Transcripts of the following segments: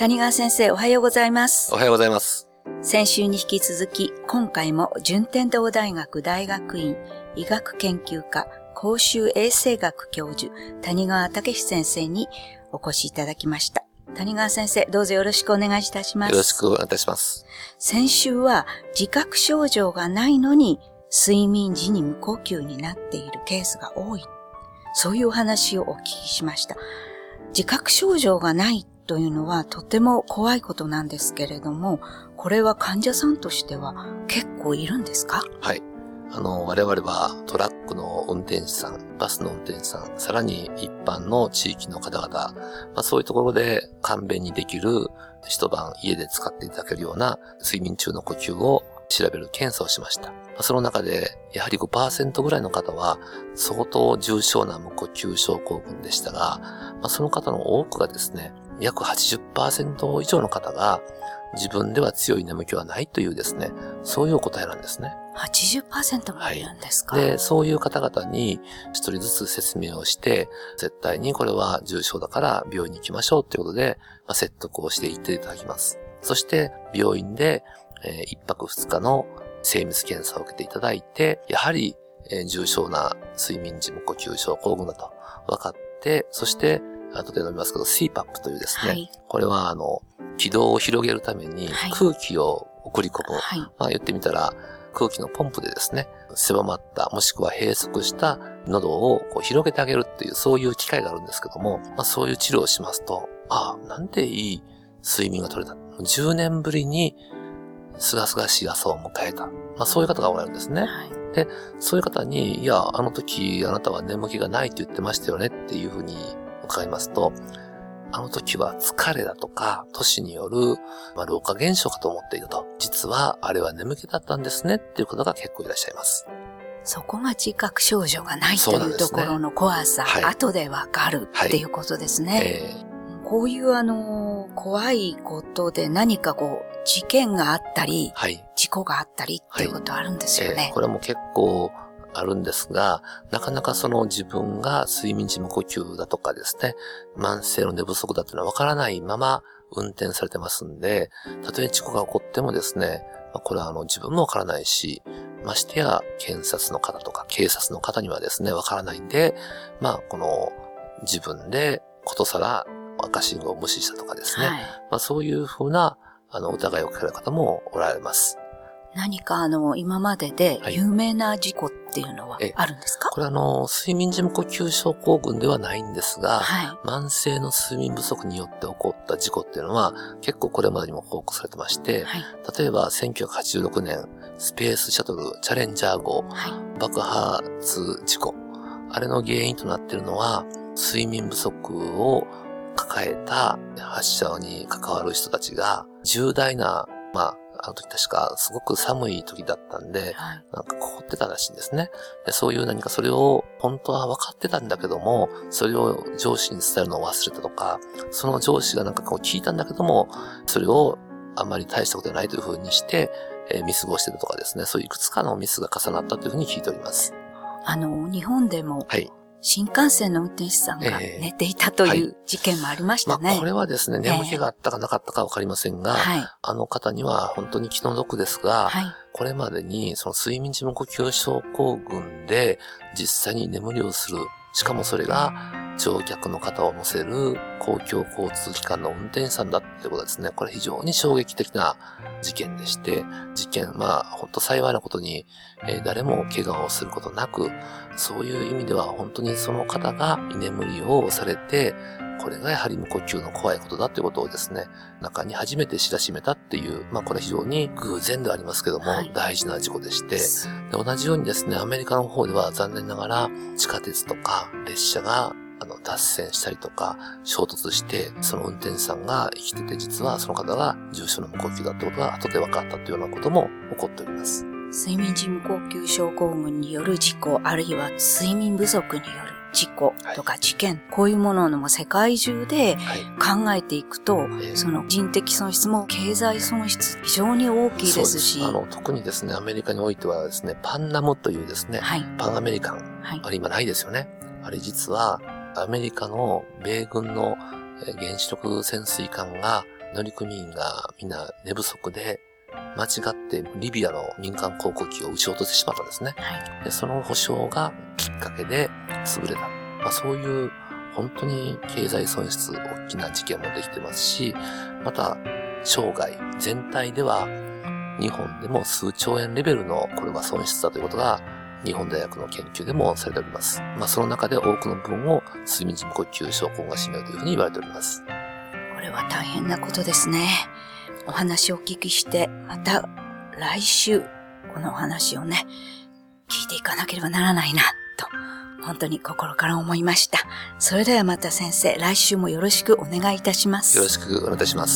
谷川先生、おはようございます。 おはようございます。 先週に引き続き、今回も順天堂大学大学院医学研究科公衆衛生学教授、谷川武先生にお越しいただきました。谷川先生、どうぞよろしくお願いいたします。 よろしくお願いいたします。 先週は自覚症状がないのに睡眠時に無呼吸になっているケースが多い。そういうお話をお聞きしました。自覚症状がないというのはとても怖いことなんですけれども、これは患者さんとしては結構いるんですか？ はい。我々はトラックの運転手さん、バスの運転手さん、さらに一般の地域の方々、そういうところで簡便にできる一晩家で使っていただけるような睡眠中の呼吸を調べる検査をしました。その中でやはり 5% ぐらいの方は相当重症な無呼吸症候群でしたが、その方の多くがですね、約 80% 以上の方が自分では強い眠気はないというですね、そういうお答えなんですね。 80% もいるんですか？ で、そういう方々に一人ずつ説明をして、絶対にこれは重症だから病院に行きましょうということで、説得をしていっていただきます。そして病院で、1泊2日の精密検査を受けていただいて、やはり、重症な睡眠時無呼吸症候群だと分かって、そして後で述べますけど CPAP というですね、はい、これは気道を広げるために空気を送り込む、はい、言ってみたら空気のポンプでですね、狭まったもしくは閉塞した喉をこう広げてあげるっていうそういう機械があるんですけども、そういう治療をしますと、なんていい睡眠が取れた。10年ぶりにすがすがしい朝を迎えた。そういう方がおられるんですね。はい、で、そういう方に、いや、あの時あなたは眠気がないって言ってましたよねっていうふうに伺いますと、あの時は疲れだとか、年による、老化現象かと思っていると。実は、あれは眠気だったんですねっていう方が結構いらっしゃいます。 そこが自覚症状がないというところの怖さ、はい、後でわかるっていうことですね。こういう怖いことで何か事件があったり、はい、事故があったりっていうことあるんですよね。 これも結構あるんですが、なかなか自分が睡眠時無呼吸だとかですね、慢性の寝不足だというのはわからないまま運転されてますんで、たとえ事故が起こってもですね、これは自分もわからないし、ましてや検察の方とか警察の方にはですね、わからないんで、自分でことさら赤信号を無視したとかですね、はい、そういうふうな疑いをかける方もおられます。 何か今までで有名な事故っていうのはあるんですか？ これ睡眠時無呼吸症候群ではないんですが、はい、慢性の睡眠不足によって起こった事故っていうのは結構これまでにも報告されてまして、はい、例えば1986年スペースシャトルチャレンジャー号、はい、爆発事故、あれの原因となっているのは睡眠不足を抱えた発射に関わる人たちが重大な、あの時確かすごく寒い時だったんで、はい、凍ってたらしいんですね。で、そういう何かそれを本当は分かってたんだけども、それを上司に伝えるのを忘れたとか、その上司が聞いたんだけども、それをあんまり大したことないという風にして、見過ごしてるとかですね、そういういくつかのミスが重なったという風に聞いております。 日本でも、はい、新幹線の運転手さんが寝ていたという事件もありましたね。 これはですね、眠気があったかなかったかわかりませんが、あの方には本当に気の毒ですが、これまでに睡眠時無呼吸症候群で実際に眠りをする、しかもそれが乗客の方を乗せる公共交通機関の運転手さんだってことですね。これ非常に衝撃的な事件でして、本当幸いなことに、誰も怪我をすることなく、そういう意味では本当にその方が居眠りをされて、これがやはり無呼吸の怖いことだということをですね、中に初めて知らしめたっていう、これ非常に偶然ではありますけども、はい、大事な事故でして、で、同じようにですね、アメリカの方では残念ながら地下鉄とか列車が脱線したりとか衝突して、その運転手さんが生きてて実はその方が重症の無呼吸だってことが後で分かったというようなことも起こっております。 睡眠時無呼吸症候群による事故、あるいは睡眠不足による事故とか事件、こういうもののも世界中で考えていくと、その人的損失も経済損失非常に大きいですし。 特にですね、アメリカにおいてはですね、パンナムというですね、パンアメリカン、あれ今ないですよね。あれ実はアメリカの米軍の原子力潜水艦が乗組員がみんな寝不足で、間違ってリビアの民間航空機を撃ち落としてしまったんですね。でその保証がきっかけで潰れた。そういう本当に経済損失、大きな事件もできてますし、また生涯全体では日本でも数兆円レベルのこれは損失だということが日本大学の研究でもされております。その中で多くの部分を睡眠時無呼吸症候群が占めるというふうに言われております。 これは大変なことですね。お話をお聞きして、また来週このお話をね、聞いていかなければならないなと本当に心から思いました。それではまた先生、来週もよろしくお願いいたします。 よろしくお願いいたします。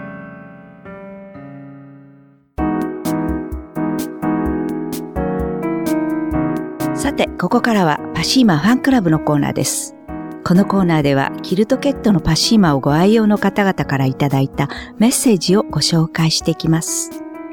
さて、ここからはパシーマファンクラブのコーナーです。このコーナーではキルトケットのパシーマをご愛用の方々からいただいたメッセージをご紹介していきます。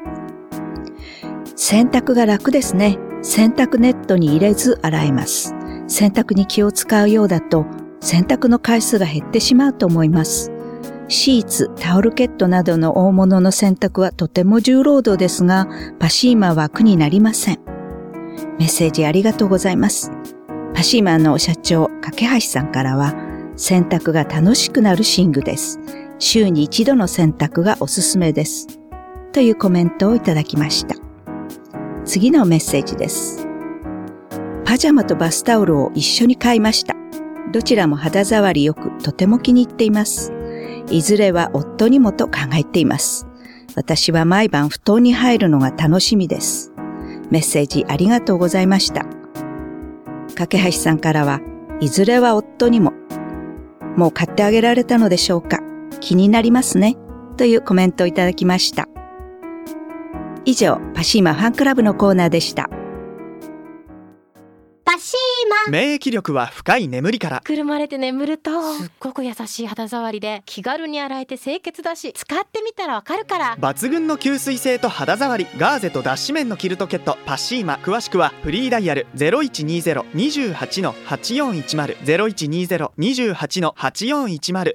洗濯が楽ですね。洗濯ネットに入れず洗えます。洗濯に気を使うようだと洗濯の回数が減ってしまうと思います。シーツ、タオルケットなどの大物の洗濯はとても重労働ですが、パシーマは苦になりません。メッセージありがとうございます。パシーマの社長、架橋さんからは、洗濯が楽しくなる寝具です。週に一度の洗濯がおすすめです。というコメントをいただきました。次のメッセージです。パジャマとバスタオルを一緒に買いました。どちらも肌触りよくとても気に入っています。いずれは夫にもと考えています。私は毎晩布団に入るのが楽しみです。メッセージありがとうございました。架橋さんからは、いずれは夫にも、もう買ってあげられたのでしょうか。気になりますね。というコメントをいただきました。以上、パシーマファンクラブのコーナーでした。 パシーマ。 免疫力は深い眠りから。 くるまれて眠るとすっごく優しい肌触りで気軽に洗えて清潔だし、使ってみたらわかるから。 抜群の吸水性と肌触り、ガーゼと脱脂綿のキルトケットパシーマ。詳しくはフリーダイヤル 0120-28-8410 0120-28-8410